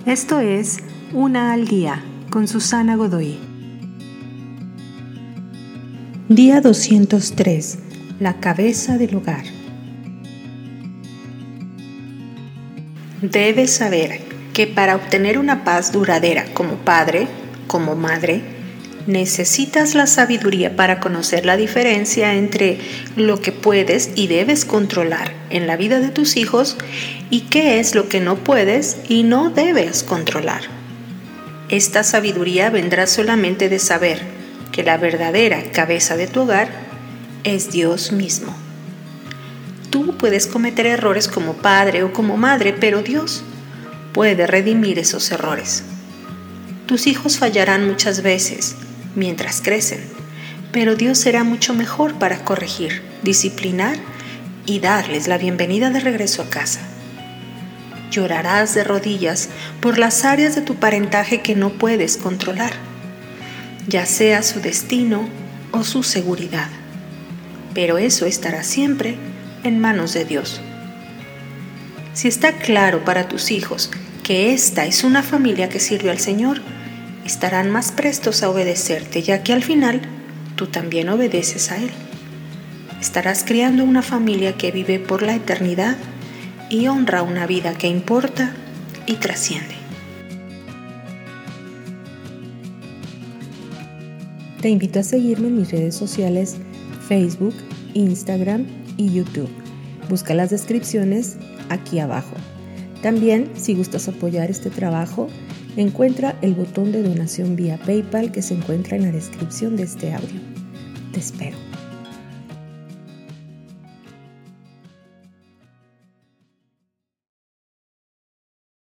Esto es Una al Día con Susana Godoy. Día 203. La cabeza del hogar. Debes saber que para obtener una paz duradera como padre, como madre, necesitas la sabiduría para conocer la diferencia entre lo que puedes y debes controlar en la vida de tus hijos y qué es lo que no puedes y no debes controlar. Esta sabiduría vendrá solamente de saber que la verdadera cabeza de tu hogar es Dios mismo. Tú puedes cometer errores como padre o como madre, pero Dios puede redimir esos errores. Tus hijos fallarán muchas veces mientras crecen, pero Dios será mucho mejor para corregir, disciplinar y darles la bienvenida de regreso a casa. Llorarás de rodillas por las áreas de tu parentaje que no puedes controlar, ya sea su destino o su seguridad, pero eso estará siempre en manos de Dios. Si está claro para tus hijos que esta es una familia que sirve al Señor, estarán más prestos a obedecerte, ya que al final tú también obedeces a Él. Estarás criando una familia que vive por la eternidad y honra una vida que importa y trasciende. Te invito a seguirme en mis redes sociales Facebook, Instagram y YouTube. Busca las descripciones aquí abajo. También, si gustas apoyar este trabajo, encuentra el botón de donación vía PayPal que se encuentra en la descripción de este audio. Te espero.